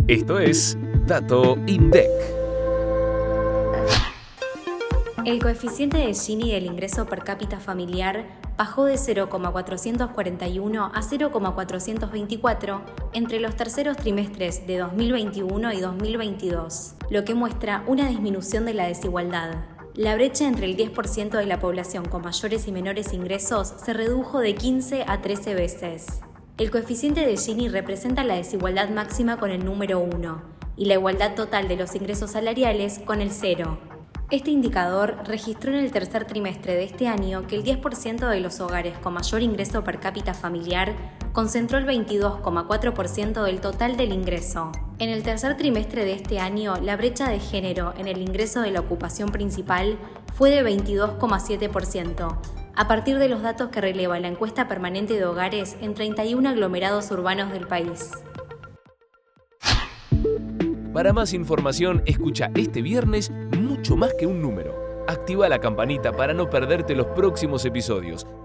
Esto es Dato INDEC. El coeficiente de Gini del ingreso per cápita familiar bajó de 0,441 a 0,424 entre los terceros trimestres de 2021 y 2022, lo que muestra una disminución de la desigualdad. La brecha entre el 10% de la población con mayores y menores ingresos se redujo de 15 a 13 veces. El coeficiente de Gini representa la desigualdad máxima con el número 1 y la igualdad total de los ingresos salariales con el 0. Este indicador registró en el tercer trimestre de este año que el 10% de los hogares con mayor ingreso per cápita familiar concentró el 22,4% del total del ingreso. En el tercer trimestre de este año, la brecha de género en el ingreso de la ocupación principal fue de 22,7%, a partir de los datos que releva la encuesta permanente de hogares en 31 aglomerados urbanos del país. Para más información, escucha este viernes Mucho Más que un Número. Activa la campanita para no perderte los próximos episodios.